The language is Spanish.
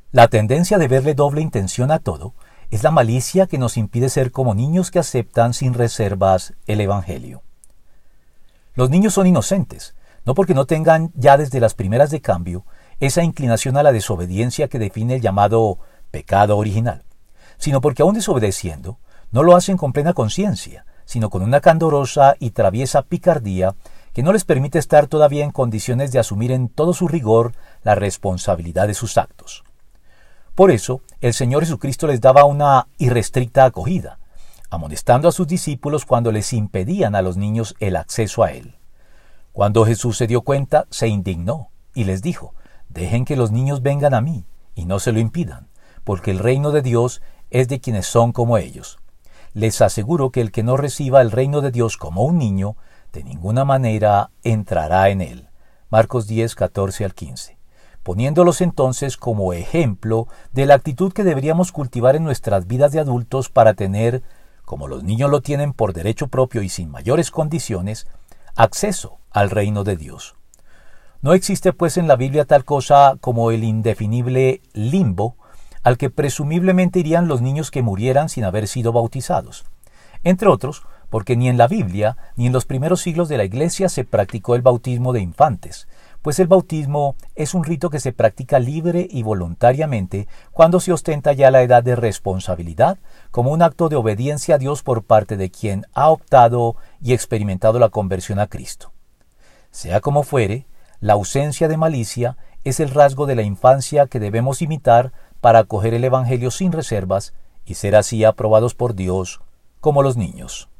La tendencia de verle doble intención a todo es la malicia que nos impide ser como niños que aceptan sin reservas el Evangelio. Los niños son inocentes, no porque no tengan ya desde las primeras de cambio esa inclinación a la desobediencia que define el llamado pecado original, sino porque aún desobedeciendo, no lo hacen con plena conciencia, sino con una candorosa y traviesa picardía que no les permite estar todavía en condiciones de asumir en todo su rigor la responsabilidad de sus actos. Por eso, el Señor Jesucristo les daba una irrestricta acogida, amonestando a sus discípulos cuando les impedían a los niños el acceso a Él. Cuando Jesús se dio cuenta, se indignó y les dijo: «Dejen que los niños vengan a mí, y no se lo impidan, porque el reino de Dios es de quienes son como ellos. Les aseguro que el que no reciba el reino de Dios como un niño, de ninguna manera entrará en él». Marcos 10, 14 al 15. Poniéndolos entonces como ejemplo de la actitud que deberíamos cultivar en nuestras vidas de adultos para tener, como los niños lo tienen por derecho propio y sin mayores condiciones, acceso al reino de Dios. No existe pues en la Biblia tal cosa como el indefinible limbo al que presumiblemente irían los niños que murieran sin haber sido bautizados. Entre otros, porque ni en la Biblia ni en los primeros siglos de la Iglesia se practicó el bautismo de infantes, pues el bautismo es un rito que se practica libre y voluntariamente cuando se ostenta ya la edad de responsabilidad como un acto de obediencia a Dios por parte de quien ha optado y experimentado la conversión a Cristo. Sea como fuere, la ausencia de malicia es el rasgo de la infancia que debemos imitar para acoger el Evangelio sin reservas y ser así aprobados por Dios como los niños.